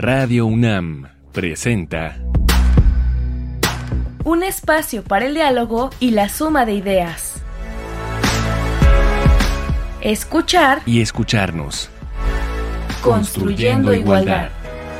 Radio UNAM presenta un espacio para el diálogo y la suma de ideas. Escuchar y escucharnos. Construyendo igualdad.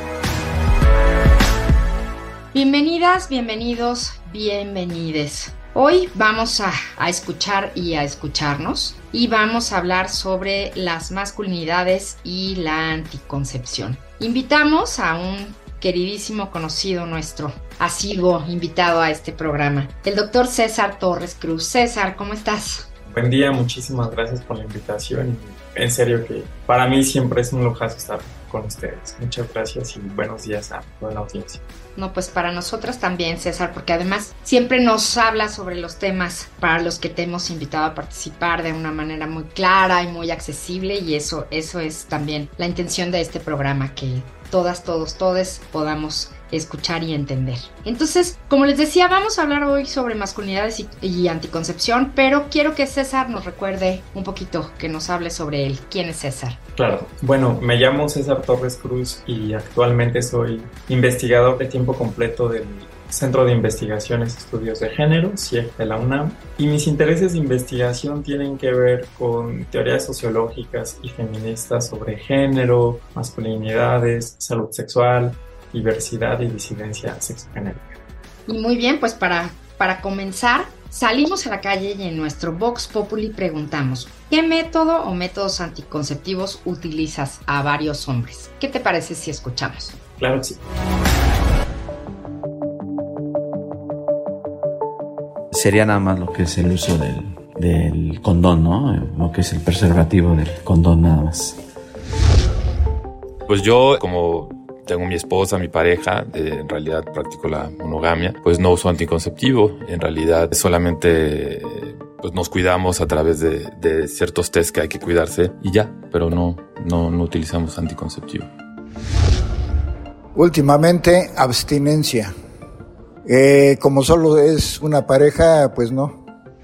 Bienvenidas, bienvenidos, bienvenides. Hoy vamos a escuchar y a escucharnos y vamos a hablar sobre las masculinidades y la anticoncepción. Invitamos a un queridísimo conocido nuestro, asiduo invitado a este programa, el doctor César Torres Cruz. César, ¿cómo estás? Buen día, muchísimas gracias por la invitación. En serio que para mí siempre es un lujazo estar con ustedes. Muchas gracias y buenos días a toda la audiencia. No, pues para nosotras también, César, porque además siempre nos habla sobre los temas para los que te hemos invitado a participar de una manera muy clara y muy accesible, y eso es también la intención de este programa, que todas, todos, todes podamos escuchar y entender. Entonces, como les decía, vamos a hablar hoy sobre masculinidades y anticoncepción, pero quiero que César nos recuerde un poquito, que nos hable sobre él. ¿Quién es César? Claro, bueno, me llamo César Torres Cruz y actualmente soy investigador de tiempo completo del Centro de Investigaciones y Estudios de Género, CIEG de la UNAM, y mis intereses de investigación tienen que ver con teorías sociológicas y feministas sobre género, masculinidades, salud sexual, diversidad y disidencia sexogenérica. Y muy bien, pues para comenzar, salimos a la calle y en nuestro Vox Populi preguntamos: ¿qué método o métodos anticonceptivos utilizas a varios hombres? ¿Qué te parece si escuchamos? Claro que sí. Sería nada más lo que es el uso del condón, ¿no? Lo que es el preservativo del condón nada más. Pues yo, como tengo mi esposa, mi pareja, en realidad practico la monogamia, pues no uso anticonceptivo. En realidad solamente pues nos cuidamos a través de ciertos test que hay que cuidarse y ya, pero no utilizamos anticonceptivo. Últimamente, abstinencia. Como solo es una pareja, pues no.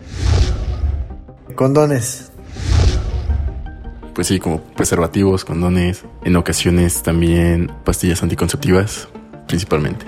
Condones. Pues sí, como preservativos, condones, en ocasiones también pastillas anticonceptivas, principalmente.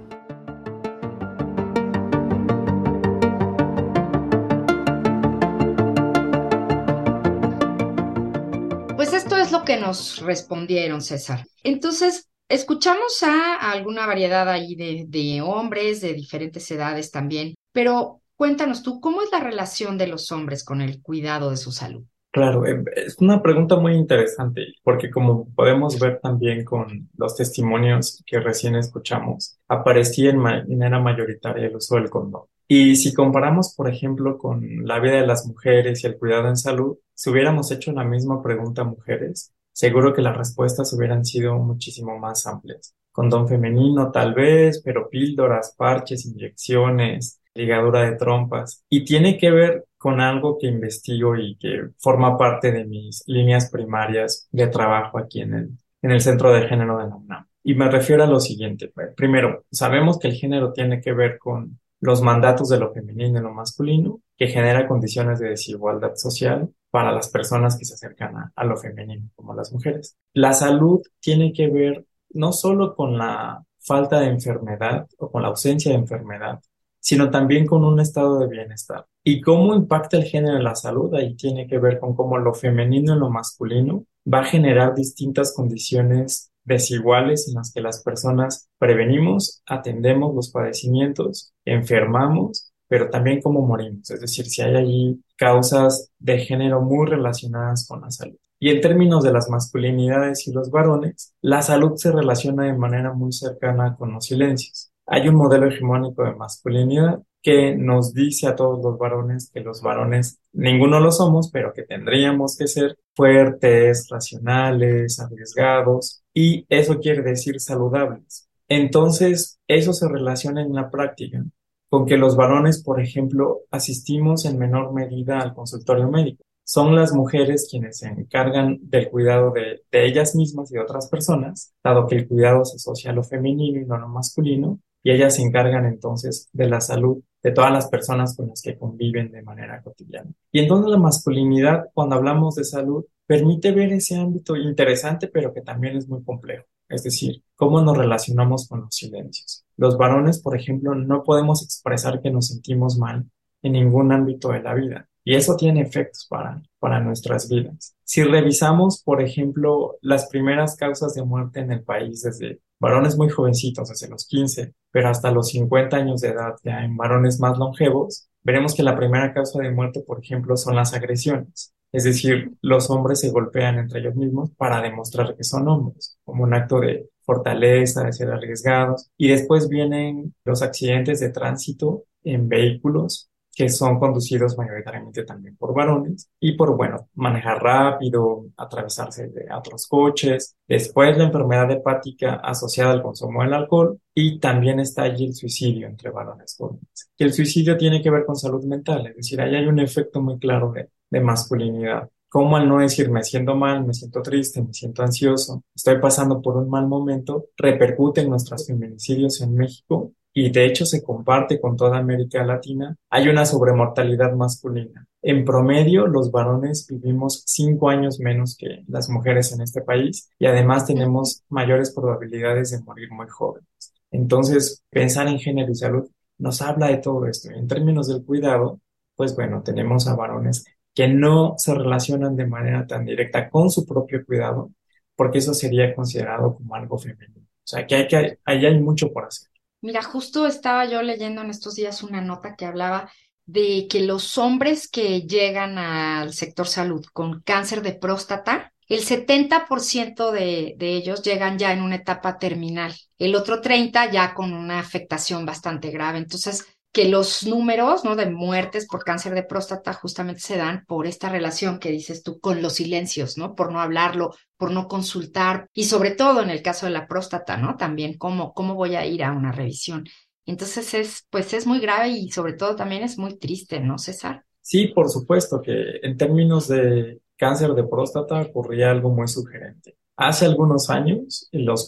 Pues esto es lo que nos respondieron, César. Entonces, escuchamos a alguna variedad ahí de hombres de diferentes edades también, pero cuéntanos tú, ¿cómo es la relación de los hombres con el cuidado de su salud? Claro, es una pregunta muy interesante porque, como podemos ver también con los testimonios que recién escuchamos, aparecía en manera mayoritaria el uso del condón. Y si comparamos, por ejemplo, con la vida de las mujeres y el cuidado en salud, si hubiéramos hecho la misma pregunta a mujeres, seguro que las respuestas hubieran sido muchísimo más amplias. Condón femenino tal vez, pero píldoras, parches, inyecciones, ligadura de trompas. Y tiene que ver con algo que investigo y que forma parte de mis líneas primarias de trabajo aquí en el Centro de Género de la UNAM. Y me refiero a lo siguiente. Primero, sabemos que el género tiene que ver con los mandatos de lo femenino y lo masculino, que genera condiciones de desigualdad social para las personas que se acercan a lo femenino, como las mujeres. La salud tiene que ver no solo con la falta de enfermedad o con la ausencia de enfermedad, sino también con un estado de bienestar. ¿Y cómo impacta el género en la salud? Ahí tiene que ver con cómo lo femenino y lo masculino va a generar distintas condiciones desiguales en las que las personas prevenimos, atendemos los padecimientos, enfermamos, pero también cómo morimos. Es decir, si hay allí causas de género muy relacionadas con la salud. Y en términos de las masculinidades y los varones, la salud se relaciona de manera muy cercana con los silencios. Hay un modelo hegemónico de masculinidad que nos dice a todos los varones que los varones, ninguno lo somos, pero que tendríamos que ser fuertes, racionales, arriesgados, y eso quiere decir saludables. Entonces, eso se relaciona en la práctica con que los varones, por ejemplo, asistimos en menor medida al consultorio médico. Son las mujeres quienes se encargan del cuidado de ellas mismas y de otras personas, dado que el cuidado se asocia a lo femenino y no a lo masculino, y ellas se encargan entonces de la salud de todas las personas con las que conviven de manera cotidiana. Y entonces la masculinidad, cuando hablamos de salud, permite ver ese ámbito interesante, pero que también es muy complejo. es decir, cómo nos relacionamos con los silencios. Los varones, por ejemplo, no podemos expresar que nos sentimos mal en ningún ámbito de la vida. Y eso tiene efectos para nuestras vidas. Si revisamos, por ejemplo, las primeras causas de muerte en el país desde varones muy jovencitos, desde los 15, pero hasta los 50 años de edad, ya en varones más longevos, veremos que la primera causa de muerte, por ejemplo, son las agresiones. Es decir, los hombres se golpean entre ellos mismos para demostrar que son hombres, como un acto de fortaleza, de ser arriesgados. Y después vienen los accidentes de tránsito en vehículos que son conducidos mayoritariamente también por varones y por, bueno, manejar rápido, atravesarse de otros coches. Después la enfermedad hepática asociada al consumo del alcohol y también está allí el suicidio entre varones jóvenes. Y el suicidio tiene que ver con salud mental, es decir, ahí hay un efecto muy claro de masculinidad. Cómo al no decir me siento mal, me siento triste, me siento ansioso, estoy pasando por un mal momento, repercute en nuestros feminicidios en México y de hecho se comparte con toda América Latina. Hay una sobremortalidad masculina. En promedio, los varones vivimos 5 años menos que las mujeres en este país y además tenemos mayores probabilidades de morir muy jóvenes. Entonces, pensar en género y salud nos habla de todo esto. En términos del cuidado, pues bueno, tenemos a varones que no se relacionan de manera tan directa con su propio cuidado, porque eso sería considerado como algo femenino. O sea, ahí hay mucho por hacer. Mira, justo estaba yo leyendo en estos días una nota que hablaba de que los hombres que llegan al sector salud con cáncer de próstata, el 70% de ellos llegan ya en una etapa terminal, el otro 30% ya con una afectación bastante grave. Entonces, que los números, ¿no?, de muertes por cáncer de próstata justamente se dan por esta relación que dices tú con los silencios, ¿no? Por no hablarlo, por no consultar y sobre todo en el caso de la próstata, ¿no? También cómo voy a ir a una revisión. Entonces pues es muy grave y sobre todo también es muy triste, ¿no, César? Sí, por supuesto que en términos de cáncer de próstata ocurría algo muy sugerente. Hace algunos años, en los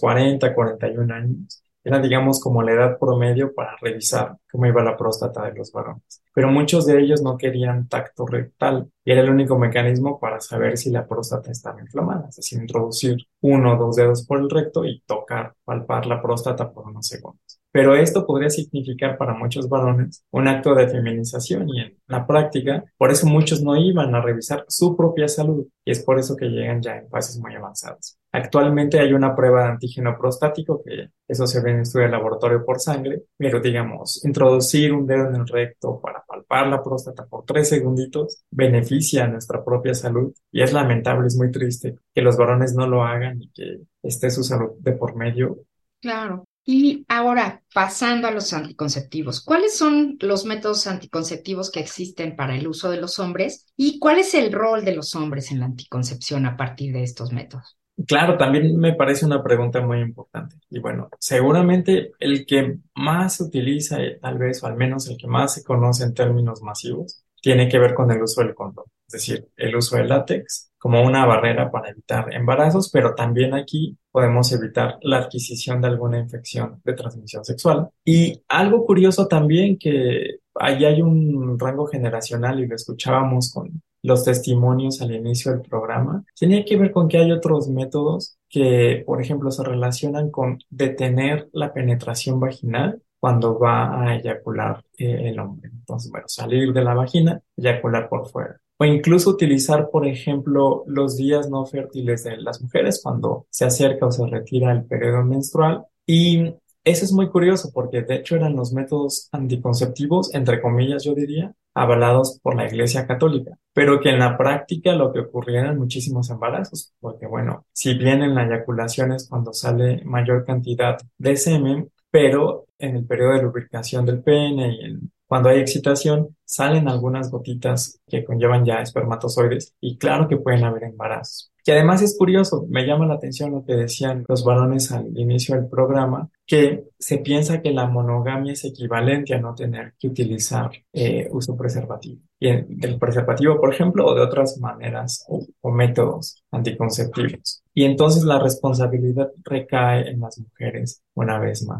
41 años, era, digamos, como la edad promedio para revisar cómo iba la próstata de los varones. Pero muchos de ellos no querían tacto rectal y era el único mecanismo para saber si la próstata estaba inflamada. Es decir, introducir 1 o 2 dedos por el recto y tocar, palpar la próstata por unos segundos. Pero esto podría significar para muchos varones un acto de feminización y en la práctica, por eso muchos no iban a revisar su propia salud y es por eso que llegan ya en fases muy avanzadas. Actualmente hay una prueba de antígeno prostático que eso se ve en estudio de laboratorio por sangre, pero digamos, introducir un dedo en el recto para palpar la próstata por 3 segunditos beneficia a nuestra propia salud y es lamentable, es muy triste que los varones no lo hagan y que esté su salud de por medio. Claro. Y ahora, pasando a los anticonceptivos, ¿cuáles son los métodos anticonceptivos que existen para el uso de los hombres y cuál es el rol de los hombres en la anticoncepción a partir de estos métodos? Claro, también me parece una pregunta muy importante. Y bueno, seguramente el que más se utiliza, tal vez, o al menos el que más se conoce en términos masivos, tiene que ver con el uso del condón. Es decir, el uso del látex como una barrera para evitar embarazos, pero también aquí podemos evitar la adquisición de alguna infección de transmisión sexual. Y algo curioso también que ahí hay un rango generacional y lo escuchábamos con los testimonios al inicio del programa, tiene que ver con que hay otros métodos que, por ejemplo, se relacionan con detener la penetración vaginal cuando va a eyacular el hombre. Entonces, bueno, salir de la vagina, eyacular por fuera. O incluso utilizar, por ejemplo, los días no fértiles de las mujeres cuando se acerca o se retira el periodo menstrual. Y eso es muy curioso porque de hecho eran los métodos anticonceptivos, entre comillas yo diría, avalados por la Iglesia Católica, pero que en la práctica lo que ocurría eran muchísimos embarazos, porque bueno, si bien en la eyaculación es cuando sale mayor cantidad de semen, pero en el periodo de lubricación del pene y cuando hay excitación, salen algunas gotitas que conllevan ya espermatozoides y claro que pueden haber embarazos. Que además es curioso, me llama la atención lo que decían los varones al inicio del programa, que se piensa que la monogamia es equivalente a no tener que utilizar uso preservativo. Y del preservativo, por ejemplo, o de otras maneras o métodos anticonceptivos. Y entonces la responsabilidad recae en las mujeres una vez más.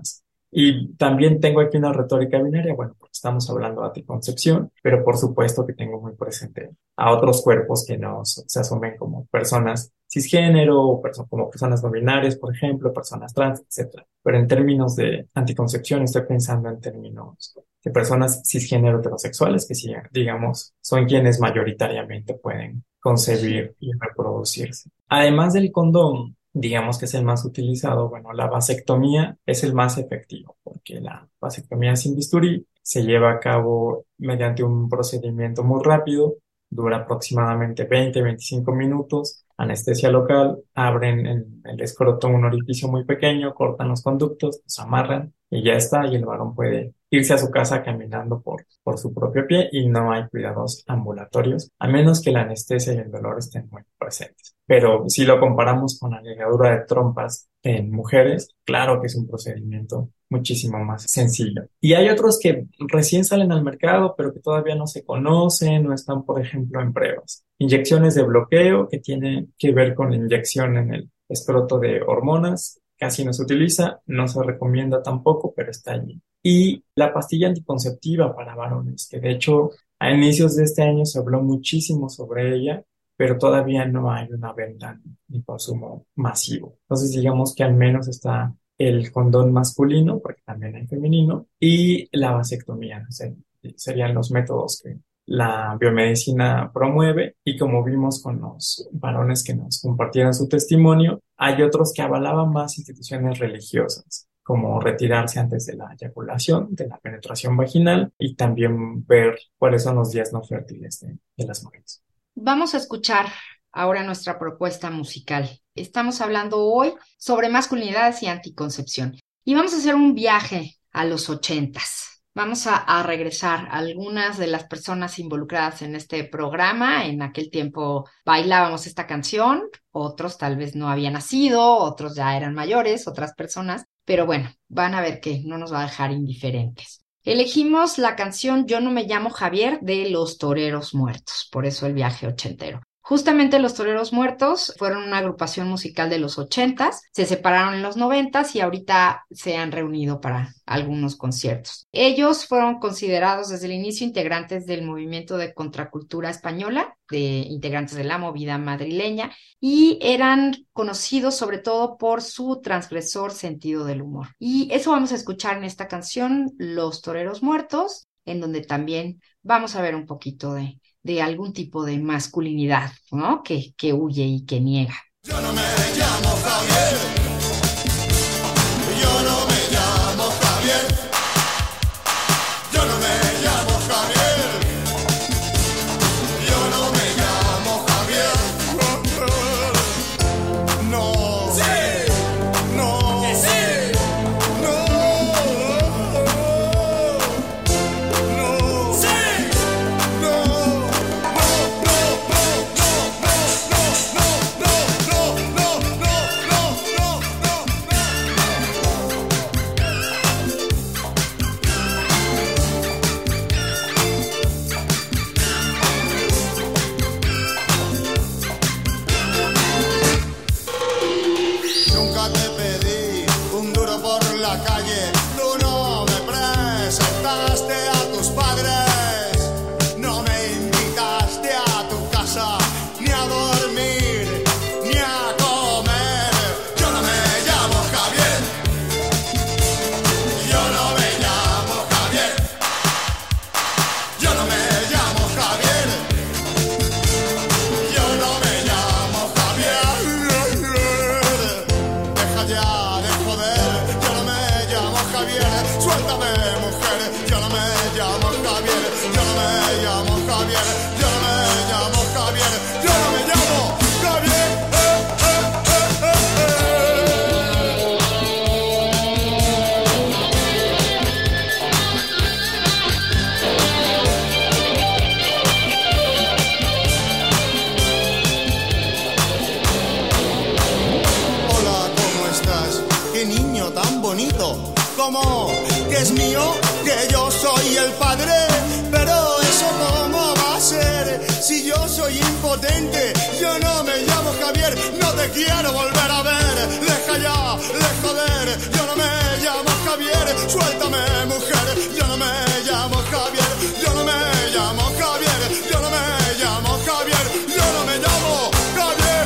Y también tengo aquí una retórica binaria, bueno, porque estamos hablando de anticoncepción, pero por supuesto que tengo muy presente a otros cuerpos que no se asumen como personas cisgénero, o como personas no binarias, por ejemplo, personas trans, etcétera. Pero en términos de anticoncepción estoy pensando en términos de personas cisgénero heterosexuales, que sí, digamos, son quienes mayoritariamente pueden concebir y reproducirse. Además del condón, digamos que es el más utilizado, bueno, la vasectomía es el más efectivo, porque la vasectomía sin bisturí se lleva a cabo mediante un procedimiento muy rápido, dura aproximadamente 20-25 minutos, anestesia local, abren en el escroto un orificio muy pequeño, cortan los conductos, los amarran y ya está, y el varón puede irse a su casa caminando por su propio pie y no hay cuidados ambulatorios, a menos que la anestesia y el dolor estén muy presentes. Pero si lo comparamos con la ligadura de trompas en mujeres, claro que es un procedimiento muchísimo más sencillo. Y hay otros que recién salen al mercado, pero que todavía no se conocen o están, por ejemplo, en pruebas. Inyecciones de bloqueo que tienen que ver con la inyección en el escroto de hormonas. Casi no se utiliza, no se recomienda tampoco, pero está allí. Y la pastilla anticonceptiva para varones, que de hecho a inicios de este año se habló muchísimo sobre ella, pero todavía no hay una venta ni consumo masivo. Entonces digamos que al menos está el condón masculino, porque también hay femenino, y la vasectomía. O sea, serían los métodos que la biomedicina promueve, y como vimos con los varones que nos compartieron su testimonio, hay otros que avalaban más instituciones religiosas, como retirarse antes de la eyaculación, de la penetración vaginal, y también ver cuáles son los días no fértiles de las mujeres. Vamos a escuchar ahora nuestra propuesta musical. Estamos hablando hoy sobre masculinidades y anticoncepción. Y vamos a hacer un viaje a los 80s. Vamos a regresar a algunas de las personas involucradas en este programa. En aquel tiempo bailábamos esta canción, otros tal vez no habían nacido, otros ya eran mayores, otras personas. Pero bueno, van a ver que no nos va a dejar indiferentes. Elegimos la canción Yo no me llamo Javier de Los Toreros Muertos, por eso el viaje ochentero. Justamente Los Toreros Muertos fueron una agrupación musical de los 80s, se separaron en los 90s y ahorita se han reunido para algunos conciertos. Ellos fueron considerados desde el inicio integrantes del movimiento de contracultura española, integrantes de la movida madrileña, y eran conocidos sobre todo por su transgresor sentido del humor. Y eso vamos a escuchar en esta canción, Los Toreros Muertos, en donde también vamos a ver un poquito de algún tipo de masculinidad, ¿no? Que huye y que niega. Yo no me llamo Javier. Yo no me llamo Javier. Yo no me llamo Javier. Yo no me llamo Javier. No. Sí. No. Que sí. No. No. Sí. Nunca te pedí un duro por la calle, tú no me presentaste a tus padres, no me invitaste a tu casa, ni a dormir, ni a comer. Yo no me llamo Javier. Yo no me llamo Javier. Yo no me llamo Javier. Yo no me llamo Javier. Deja ya de joder. Yo no me llamo Javier. Suéltame, mujer. Yo no me llamo Javier. Yo no me llamo Javier. Yo no me llamo Javier. Yo no me llamo Javier. Hola, ¿cómo estás? Qué niño tan bonito. ¿Cómo? ¿Que es mío? ¿Que yo soy el padre? Pero eso ¿cómo va a ser? si yo soy impotente? Yo no me llamo Javier, no te quiero volver a ver. Deja ya de joder, yo no me llamo Javier. Suéltame, mujer, yo no me llamo Javier. Yo no me llamo Javier, yo no me llamo Javier. Yo no me llamo Javier.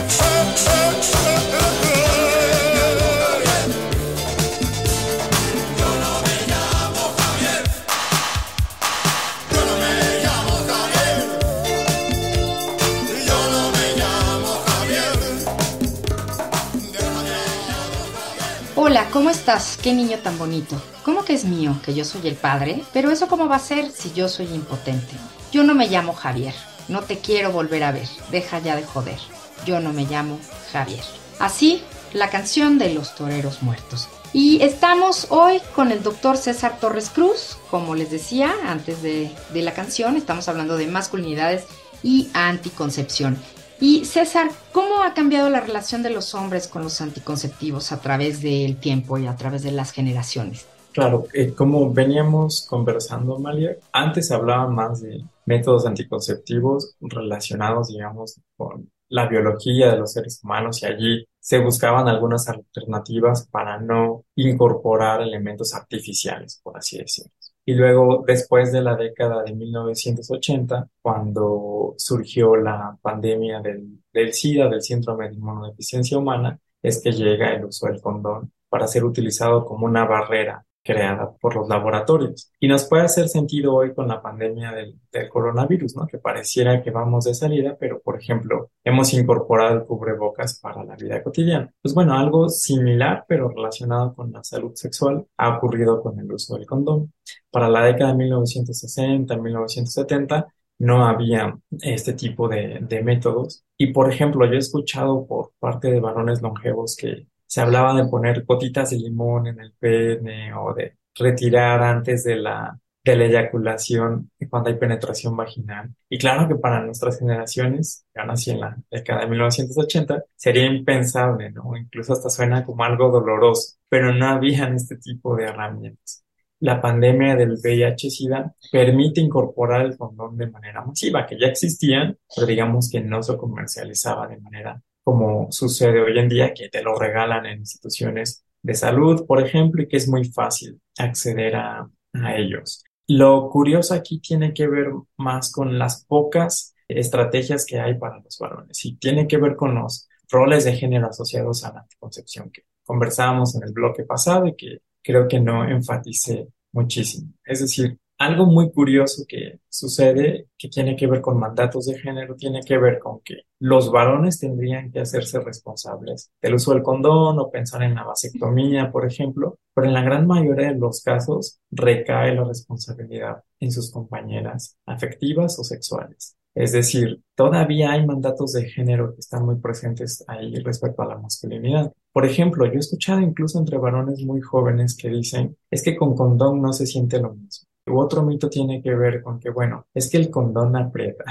Hola, ¿cómo estás? Qué niño tan bonito. ¿Cómo que es mío, que yo soy el padre? Pero eso ¿cómo va a ser si yo soy impotente? Yo no me llamo Javier. No te quiero volver a ver. Deja ya de joder. Yo no me llamo Javier. Así, la canción de los toreros muertos. Y estamos hoy con el doctor César Torres Cruz. Como les decía antes de la canción, estamos hablando de masculinidades y anticoncepción. Y César, ¿cómo ha cambiado la relación de los hombres con los anticonceptivos a través del tiempo y a través de las generaciones? Claro, como veníamos conversando, Malia, antes se hablaba más de métodos anticonceptivos relacionados, digamos, con la biología de los seres humanos y allí se buscaban algunas alternativas para no incorporar elementos artificiales, por así decirlo. Y luego, después de la década de 1980, cuando surgió la pandemia del SIDA, del síndrome de inmunodeficiencia humana, es que llega el uso del condón para ser utilizado como una barrera creada por los laboratorios. Y nos puede hacer sentido hoy con la pandemia del coronavirus, ¿no? Que pareciera que vamos de salida, pero, por ejemplo, hemos incorporado el cubrebocas para la vida cotidiana. Pues bueno, algo similar, pero relacionado con la salud sexual, ha ocurrido con el uso del condón. Para la década de 1960, 1970, no había este tipo de métodos. Y, por ejemplo, yo he escuchado por parte de varones longevos que se hablaba de poner gotitas de limón en el pene o de retirar antes de la eyaculación cuando hay penetración vaginal. Y claro que para nuestras generaciones, ya nací en la década de 1980, sería impensable, ¿no? Incluso hasta suena como algo doloroso, pero no habían este tipo de herramientas. La pandemia del VIH-Sida permite incorporar el condón de manera masiva, que ya existían, pero digamos que no se comercializaba de manera como sucede hoy en día, que te lo regalan en instituciones de salud, por ejemplo, y que es muy fácil acceder a ellos. Lo curioso aquí tiene que ver más con las pocas estrategias que hay para los varones y tiene que ver con los roles de género asociados a la anticoncepción que conversábamos en el bloque pasado y que creo que no enfaticé muchísimo. Es decir, algo muy curioso que sucede, que tiene que ver con mandatos de género, tiene que ver con que los varones tendrían que hacerse responsables del uso del condón o pensar en la vasectomía, por ejemplo, pero en la gran mayoría de los casos recae la responsabilidad en sus compañeras afectivas o sexuales. Es decir, todavía hay mandatos de género que están muy presentes ahí respecto a la masculinidad. Por ejemplo, yo he escuchado incluso entre varones muy jóvenes que dicen, es que con condón no se siente lo mismo. U otro mito tiene que ver con que, bueno, es que el condón aprieta.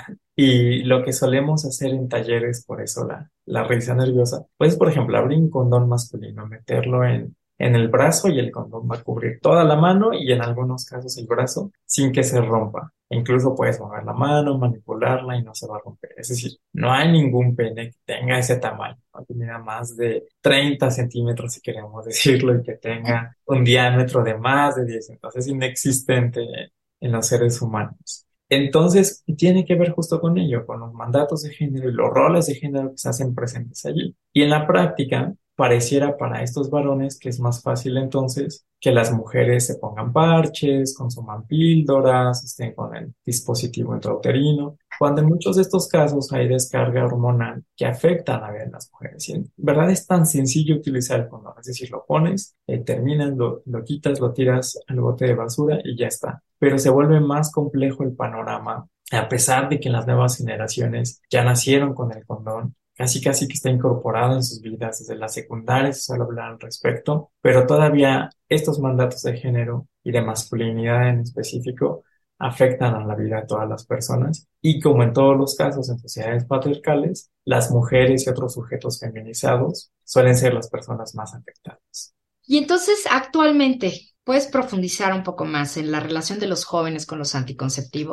Y lo que solemos hacer en talleres, por eso la risa nerviosa, pues, por ejemplo, abrir un condón masculino, meterlo en el brazo y el condón va a cubrir toda la mano y en algunos casos el brazo sin que se rompa. E incluso puedes mover la mano, manipularla y no se va a romper. Es decir, no hay ningún pene que tenga ese tamaño, ¿no? Que mida más de 30 centímetros, si queremos decirlo, y que tenga un diámetro de más de 10. Entonces es inexistente en los seres humanos. Entonces, tiene que ver justo con ello, con los mandatos de género y los roles de género que se hacen presentes allí. Y en la práctica, pareciera para estos varones que es más fácil entonces que las mujeres se pongan parches, consuman píldoras, estén con el dispositivo intrauterino, cuando en muchos de estos casos hay descarga hormonal que afecta a la vida de las mujeres. Y en verdad es tan sencillo utilizar el condón, es decir, lo pones, terminas, lo quitas, lo tiras al bote de basura y ya está. Pero se vuelve más complejo el panorama, a pesar de que las nuevas generaciones ya nacieron con el condón, casi que está incorporado en sus vidas desde la secundaria, se suele hablar al respecto, pero todavía estos mandatos de género y de masculinidad en específico afectan a la vida de todas las personas y como en todos los casos en sociedades patriarcales, las mujeres y otros sujetos feminizados suelen ser las personas más afectadas. Y entonces, actualmente, ¿puedes profundizar un poco más en la relación de los jóvenes con los anticonceptivos?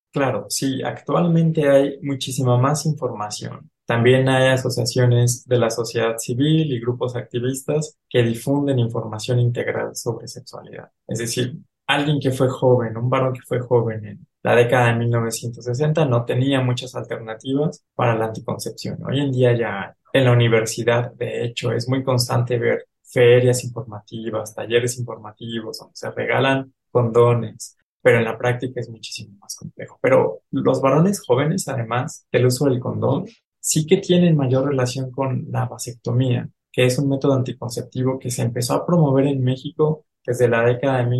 Claro, sí, actualmente hay muchísima más información. También hay asociaciones de la sociedad civil y grupos activistas que difunden información integral sobre sexualidad. Es decir, alguien que fue joven, un varón que fue joven en la década de 1960 no tenía muchas alternativas para la anticoncepción. Hoy en día ya en la universidad, de hecho, es muy constante ver ferias informativas, talleres informativos donde se regalan condones, pero en la práctica es muchísimo más complejo. Pero los varones jóvenes, además del uso del condón, sí que tienen mayor relación con la vasectomía, que es un método anticonceptivo que se empezó a promover en México desde la década de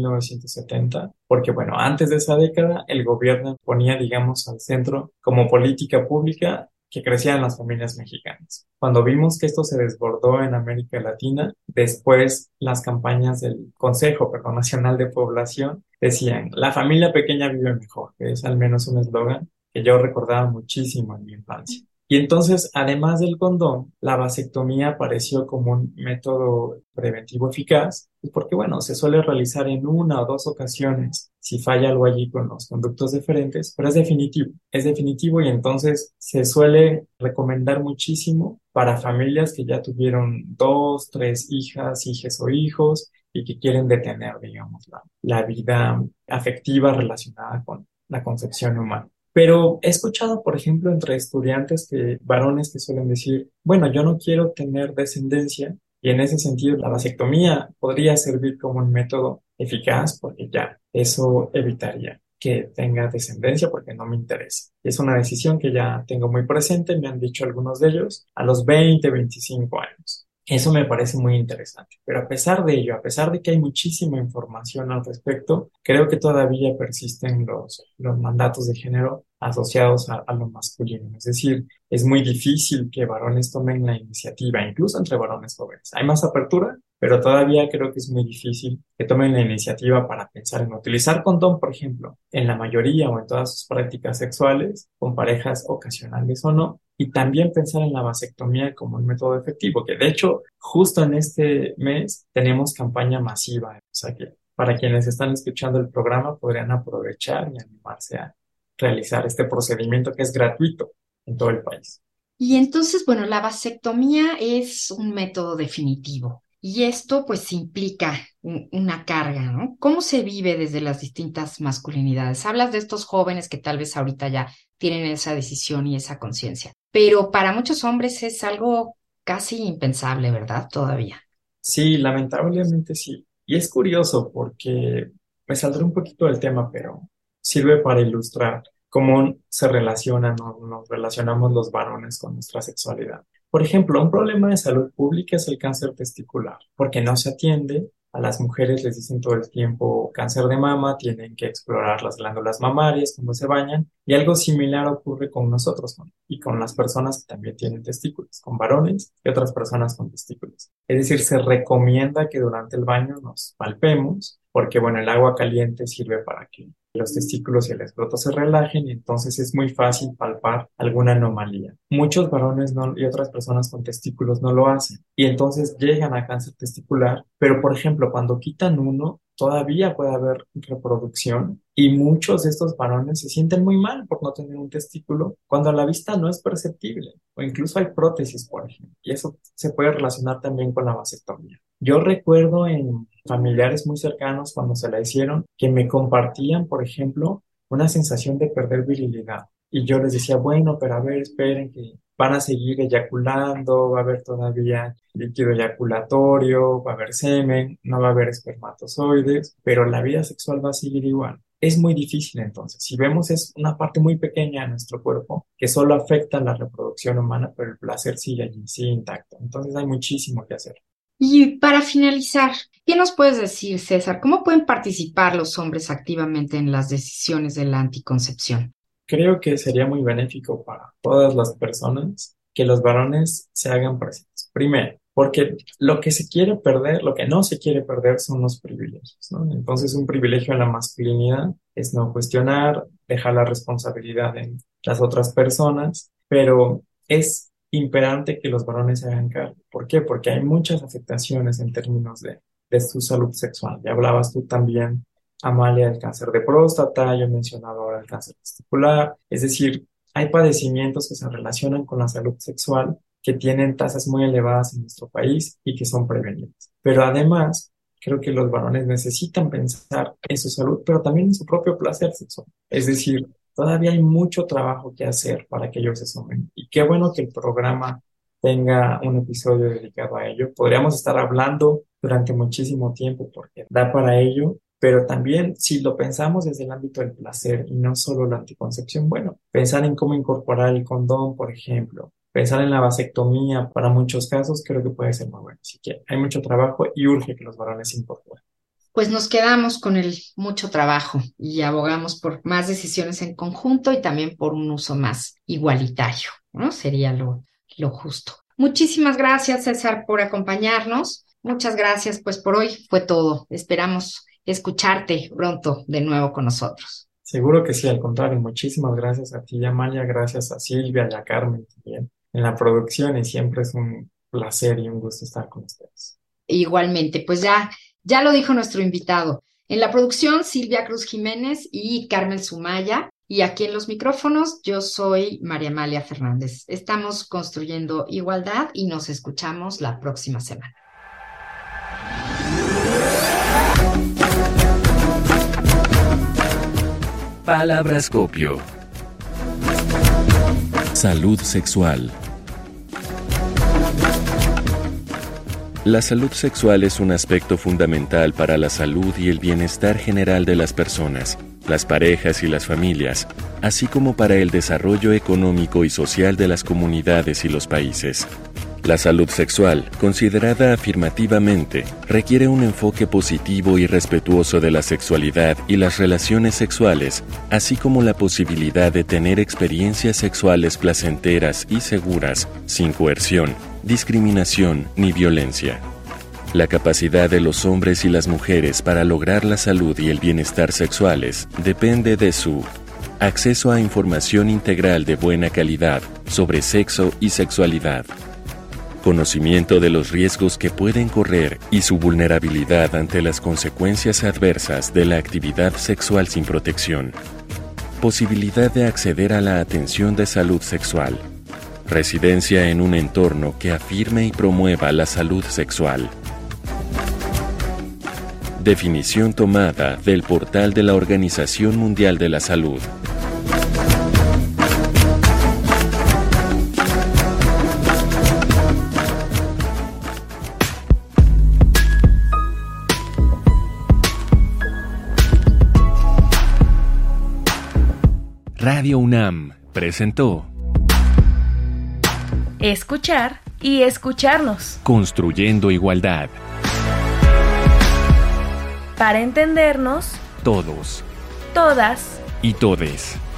1970, porque bueno, antes de esa década el gobierno ponía, digamos, al centro como política pública que crecían las familias mexicanas. Cuando vimos que esto se desbordó en América Latina, después las campañas del Consejo, perdón, Nacional de Población decían, la familia pequeña vive mejor, que es al menos un eslogan que yo recordaba muchísimo en mi infancia. Y entonces, además del condón, la vasectomía apareció como un método preventivo eficaz, pues porque bueno, se suele realizar en una o dos ocasiones si falla algo allí con los conductos deferentes, pero es definitivo y entonces se suele recomendar muchísimo para familias que ya tuvieron dos, tres hijas, hijes o hijos y que quieren detener, digamos, la vida afectiva relacionada con la concepción humana. Pero he escuchado, por ejemplo, entre estudiantes varones que suelen decir, bueno, yo no quiero tener descendencia y en ese sentido la vasectomía podría servir como un método eficaz porque ya eso evitaría que tenga descendencia porque no me interesa. Es una decisión que ya tengo muy presente, me han dicho algunos de ellos, a los 20, 25 años. Eso me parece muy interesante, pero a pesar de ello, a pesar de que hay muchísima información al respecto, creo que todavía persisten los mandatos de género asociados a lo masculino. Es decir, es muy difícil que varones tomen la iniciativa, incluso entre varones jóvenes. Hay más apertura, pero todavía creo que es muy difícil que tomen la iniciativa para pensar en utilizar condón, por ejemplo, en la mayoría o en todas sus prácticas sexuales, con parejas ocasionales o no, y también pensar en la vasectomía como un método efectivo, que de hecho, justo en este mes tenemos campaña masiva, o sea que para quienes están escuchando el programa podrían aprovechar y animarse a realizar este procedimiento que es gratuito en todo el país. Y entonces, bueno, la vasectomía es un método definitivo y esto pues implica una carga, ¿no? ¿Cómo se vive desde las distintas masculinidades? Hablas de estos jóvenes que tal vez ahorita ya tienen esa decisión y esa conciencia, pero para muchos hombres es algo casi impensable, ¿verdad? Todavía. Sí, lamentablemente sí. Y es curioso porque me saldré un poquito del tema, pero sirve para ilustrar cómo se relacionan o nos relacionamos los varones con nuestra sexualidad. Por ejemplo, un problema de salud pública es el cáncer testicular, porque no se atiende. A las mujeres les dicen todo el tiempo cáncer de mama, tienen que explorar las glándulas mamarias cuando se bañan, y algo similar ocurre con nosotros, ¿no? Y con las personas que también tienen testículos, con varones y otras personas con testículos. Es decir, se recomienda que durante el baño nos palpemos, porque bueno, el agua caliente sirve para que los testículos y el escroto se relajen y entonces es muy fácil palpar alguna anomalía. Muchos varones y otras personas con testículos no lo hacen y entonces llegan a cáncer testicular, pero por ejemplo, cuando quitan uno, todavía puede haber reproducción y muchos de estos varones se sienten muy mal por no tener un testículo cuando a la vista no es perceptible o incluso hay prótesis, por ejemplo, y eso se puede relacionar también con la vasectomía. Yo recuerdo en familiares muy cercanos cuando se la hicieron que me compartían, por ejemplo, una sensación de perder virilidad. Y yo les decía, bueno, pero a ver, esperen que van a seguir eyaculando, va a haber todavía líquido eyaculatorio, va a haber semen, no va a haber espermatozoides, pero la vida sexual va a seguir igual. Es muy difícil entonces. Si vemos es una parte muy pequeña de nuestro cuerpo que solo afecta la reproducción humana, pero el placer sigue allí, sigue intacto. Entonces hay muchísimo que hacer. Y para finalizar, ¿qué nos puedes decir, César? ¿Cómo pueden participar los hombres activamente en las decisiones de la anticoncepción? Creo que sería muy benéfico para todas las personas que los varones se hagan presentes. Primero, porque lo que se quiere perder, lo que no se quiere perder son los privilegios, ¿no? Entonces, un privilegio en la masculinidad es no cuestionar, dejar la responsabilidad en las otras personas, pero es imperante que los varones se hagan cargo. ¿Por qué? Porque hay muchas afectaciones en términos de su salud sexual. Ya hablabas tú también Amalia el cáncer de próstata, yo mencionaba ahora el cáncer testicular. Es decir, hay padecimientos que se relacionan con la salud sexual que tienen tasas muy elevadas en nuestro país y que son prevenibles. Pero además, creo que los varones necesitan pensar en su salud, pero también en su propio placer sexual. Es decir, todavía hay mucho trabajo que hacer para que ellos se sumen. Y qué bueno que el programa tenga un episodio dedicado a ello. Podríamos estar hablando durante muchísimo tiempo porque da para ello, pero también si lo pensamos desde el ámbito del placer y no solo la anticoncepción, bueno, pensar en cómo incorporar el condón, por ejemplo, pensar en la vasectomía para muchos casos, creo que puede ser muy bueno. Así que hay mucho trabajo y urge que los varones se incorporen. Pues nos quedamos con el mucho trabajo y abogamos por más decisiones en conjunto y también por un uso más igualitario, ¿no? Sería lo justo. Muchísimas gracias, César, por acompañarnos. Muchas gracias, pues por hoy fue todo. Esperamos escucharte pronto de nuevo con nosotros. Seguro que sí, al contrario, muchísimas gracias a ti, Amalia, gracias a Silvia y a Carmen también en la producción y siempre es un placer y un gusto estar con ustedes. Igualmente, pues ya lo dijo nuestro invitado. En la producción, Silvia Cruz Jiménez y Carmen Sumaya. Y aquí en los micrófonos, yo soy María Amalia Fernández. Estamos construyendo igualdad y nos escuchamos la próxima semana. Palabrascopio. Salud sexual. La salud sexual es un aspecto fundamental para la salud y el bienestar general de las personas, las parejas y las familias, así como para el desarrollo económico y social de las comunidades y los países. La salud sexual, considerada afirmativamente, requiere un enfoque positivo y respetuoso de la sexualidad y las relaciones sexuales, así como la posibilidad de tener experiencias sexuales placenteras y seguras, sin coerción, discriminación ni violencia. La capacidad de los hombres y las mujeres para lograr la salud y el bienestar sexuales depende de su acceso a información integral de buena calidad sobre sexo y sexualidad, conocimiento de los riesgos que pueden correr y su vulnerabilidad ante las consecuencias adversas de la actividad sexual sin protección, posibilidad de acceder a la atención de salud sexual, residencia en un entorno que afirme y promueva la salud sexual. Definición tomada del portal de la Organización Mundial de la Salud. Radio UNAM presentó Escuchar y escucharnos. Construyendo Igualdad. Para entendernos, Todos todas y todes.